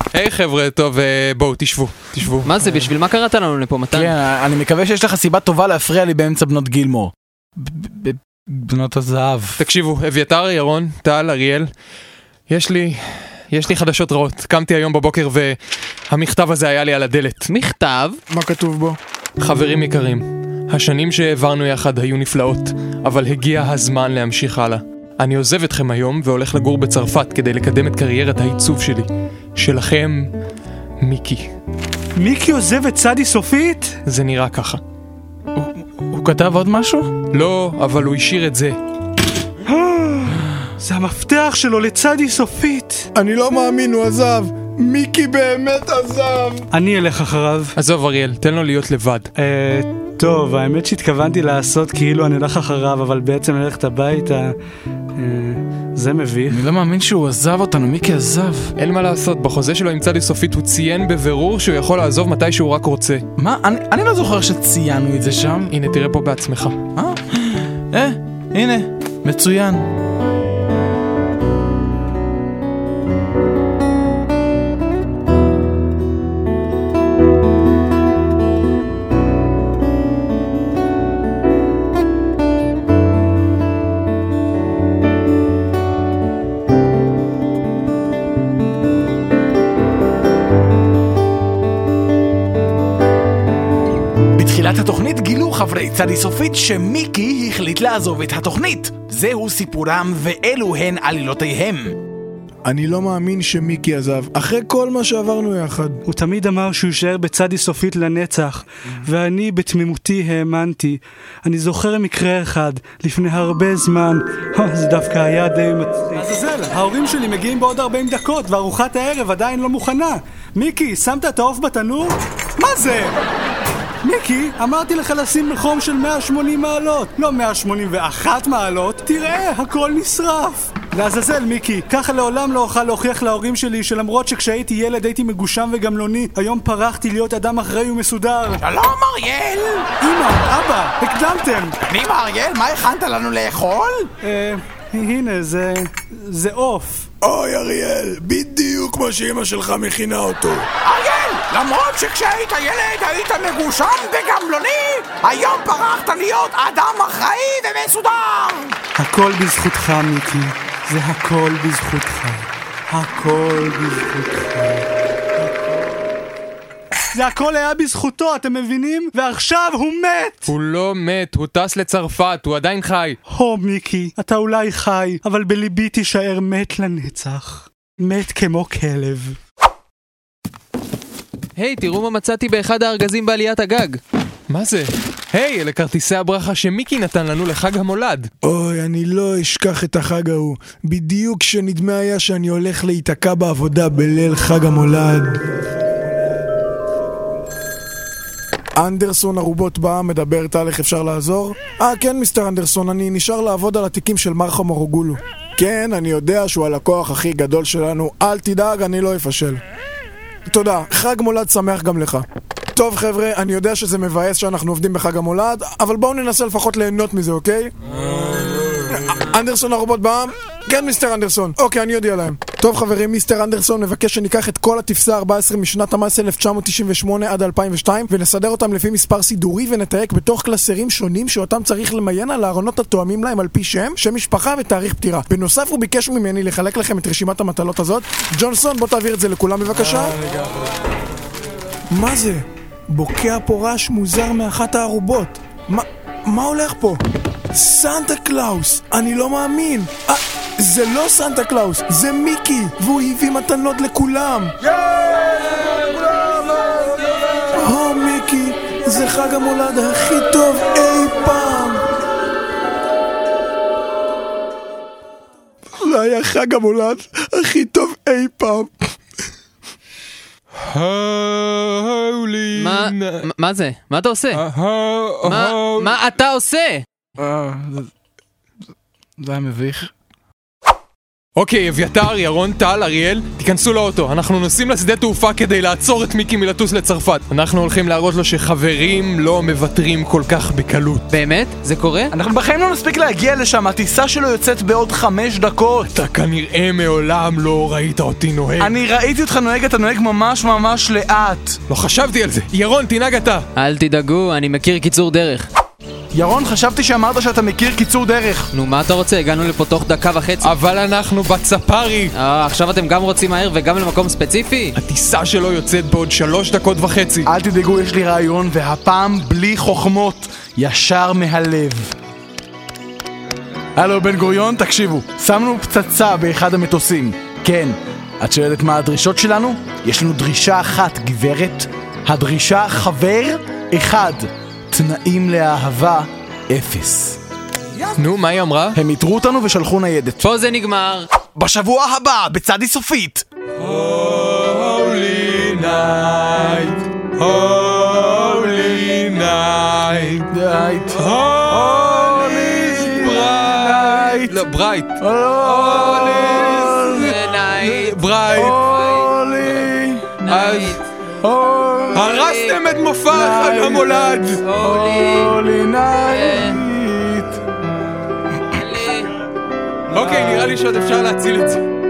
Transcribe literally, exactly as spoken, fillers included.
היי חבר'ה, טוב, בואו, תשבו, תשבו. מה זה, בשביל מה קראת לנו לפה, מתן? כן, אני מקווה שיש לך סיבה טובה להפריע לי באמצע בנות גילמור. בנות הזהב. תקשיבו, אביתר, ירון, טל, אריאל, יש לי, יש לי חדשות רעות. קמתי היום בבוקר והמכתב הזה היה לי על הדלת. מכתב? מה כתוב בו? חברים יקרים, השנים שהעברנו יחד היו נפלאות, אבל הגיע הזמן להמשיך הלאה. אני עוזב אתכם היום והולך לגור בצרפת כדי לקדם את קריירת העיצוב שלי. שלכם, מיקי. מיקי עוזב את צדי סופית? זה נראה ככה. הוא, הוא כתב עוד משהו? לא, אבל הוא השאיר את זה. זה המפתח שלו לצדי סופית. אני לא מאמין, הוא עזב. מיקי באמת עזב. אני אלך אחריו. עזוב אריאל, תן לו להיות לבד. אה, טוב, האמת שהתכוונתי לעשות כאילו אני הולך אחריו, אבל בעצם ללכת הביתה, אה, זה מביך. אני לא מאמין שהוא עזב אותנו, מיקי עזב. אין מה לעשות, בחוזה שלו עם צדי סופית הוא ציין בבירור שהוא יכול לעזוב מתי שהוא רק רוצה. מה? אני, אני לא זוכר שציינו את זה שם. הנה, תראה פה בעצמך. אה? אה, הנה, מצוין. בתחילת התוכנית גילו חברי צדי סופית שמיקי החליט לעזוב את התוכנית. זהו סיפורם ואלו הן עלילותיהם. אני לא מאמין שמיקי עזב, אחרי כל מה שעברנו יחד. הוא תמיד אמר שהוא יישאר בצדי סופית לנצח, ואני בתמימותי האמנתי. אני זוכר מקרה אחד, לפני הרבה זמן, זה דווקא היה די מצחיק. עזאזל, ההורים שלי מגיעים בעוד ארבעים דקות, וארוחת הערב עדיין לא מוכנה. מיקי, שמת את העוף בתנור? מה זה? מיקי, אמרתי לך לשים חום של מאה ושמונים מעלות, לא מאה שמונים ואחת מעלות. תראה, הכל נשרף. לעזאזל מיקי, ככה לעולם לא אוכל להוכיח להורים שלי שלמרות שכשהייתי ילד הייתי מגושם וגמלוני, היום פרחתי להיות אדם אחראי ומסודר. שלום אריאל! אמא, אבא, הקדמתם. קדימה אריאל, מה הכנת לנו לאכול? אה, הנה, זה... זה עוף. אוי אריאל, בדיוק כמו שאמא שלך מכינה אותו. אריאל, למרות שכשהיית ילד היית מגושם וגמלוני, היום פרחת להיות אדם אחראי ומסודר. הכל בזכותך מיקי, זה הכל בזכותך, הכל בזכותך. זה הכל היה בזכותו, אתם מבינים? ועכשיו הוא מת! הוא לא מת, הוא טס לצרפת, הוא עדיין חי. הו מיקי, אתה אולי חי, אבל בליבי תישאר מת לנצח. מת כמו כלב. היי, תראו מה מצאתי באחד הארגזים בעליית הגג. מה זה? היי, אלה כרטיסי הברכה שמיקי נתן לנו לחג המולד. אוי, אני לא אשכח את החג ההוא. בדיוק שנדמה היה שאני הולך להיתקע בעבודה בליל חג המולד. אנדרסון ערובות בעם מדבר, טל, איך אפשר לעזור? אה, כן, מיסטר אנדרסון, אני נשאר לעבוד על התיקים של מרחה מורוגולו. כן, אני יודע שהוא הלקוח הכי גדול שלנו, אל תדאג, אני לא אפשל. תודה, חג מולד שמח גם לך. טוב חבר'ה, אני יודע שזה מבאס שאנחנו עובדים בחג המולד, אבל בואו ננסה לפחות ליהנות מזה, אוקיי? אנדרסון ערובות בעם? כן, מיסטר אנדרסון. אוקיי, אני יודע להם. טוב חברים, מיסטר אנדרסון מבקש שניקח את כל התפסה ארבע עשרה משנת המס אלף תשע מאות תשעים ושמונה עד אלפיים ושתיים ונסדר אותם לפי מספר סידורי ונתייק בתוך קלסרים שונים שאותם צריך למיין על הארונות התואמים להם על פי שם, שם משפחה ותאריך פטירה. בנוסף הוא ביקש ממני לחלק לכם את רשימת המטלות הזאת. ג'ונסון, בוא תעביר את זה לכולם בבקשה. מה זה? בוקע פה רעש מוזר מאחת הערובות. מה, מה הולך פה? סנטה קלאוס, אני לא מאמין. אה, זה לא סנטה קלאוס, זה מיקי, והוא הביא מתנות לכולם. הו מיקי, זה חג המולד הכי טוב אי פעם. זה היה חג המולד הכי טוב אי פעם. מה, מה זה? מה אתה עושה? מה, מה אתה עושה? זה היה מביך. אוקיי, אביתר, ירון, טל, אריאל, תיכנסו לאוטו. אנחנו נוסעים לשדה תעופה כדי לעצור את מיקי מלטוס לצרפת. אנחנו הולכים להראות לו שחברים לא מבטרים כל כך בקלות. באמת? זה קורה? אנחנו בחיים לא נספיק להגיע לשם, הטיסה שלו יוצאת בעוד חמש דקות. אתה כנראה מעולם לא ראית אותי נוהג. אני ראיתי אותך נוהג, אתה נוהג ממש ממש לאט. לא חשבתי על זה. ירון, תנהג אתה. אל תדאגו, אני מכיר קיצור דרך. ירון, חשבתי שאמרת שאתה מכיר קיצור דרך. נו, מה אתה רוצה? הגענו לפה תוך דקה וחצי. אבל אנחנו בצפרי. אה, עכשיו אתם גם רוצים מהר וגם למקום ספציפי? הטיסה שלו יוצאת בעוד שלוש דקות וחצי. אל תדאגו, יש לי רעיון, והפעם בלי חוכמות, ישר מהלב. הלו, בן גוריון, תקשיבו. שמנו פצצה באחד המטוסים. כן, את שואלת מה הדרישות שלנו? יש לנו דרישה אחת, גברת. הדרישה חבר אחד. תנאים לאהבה אפס. נו, מה היא אמרה? הם יתרו אותנו ושלחו ניידת. פה זה נגמר. בשבוע הבא, בצדי סופית. Holy night, holy night, night, holy bright, לא, bright, holy night, bright, holy night. הרסתם את מופע חג המולד. holy night. אוקיי, נראה לי שעוד אפשר להציל את זה.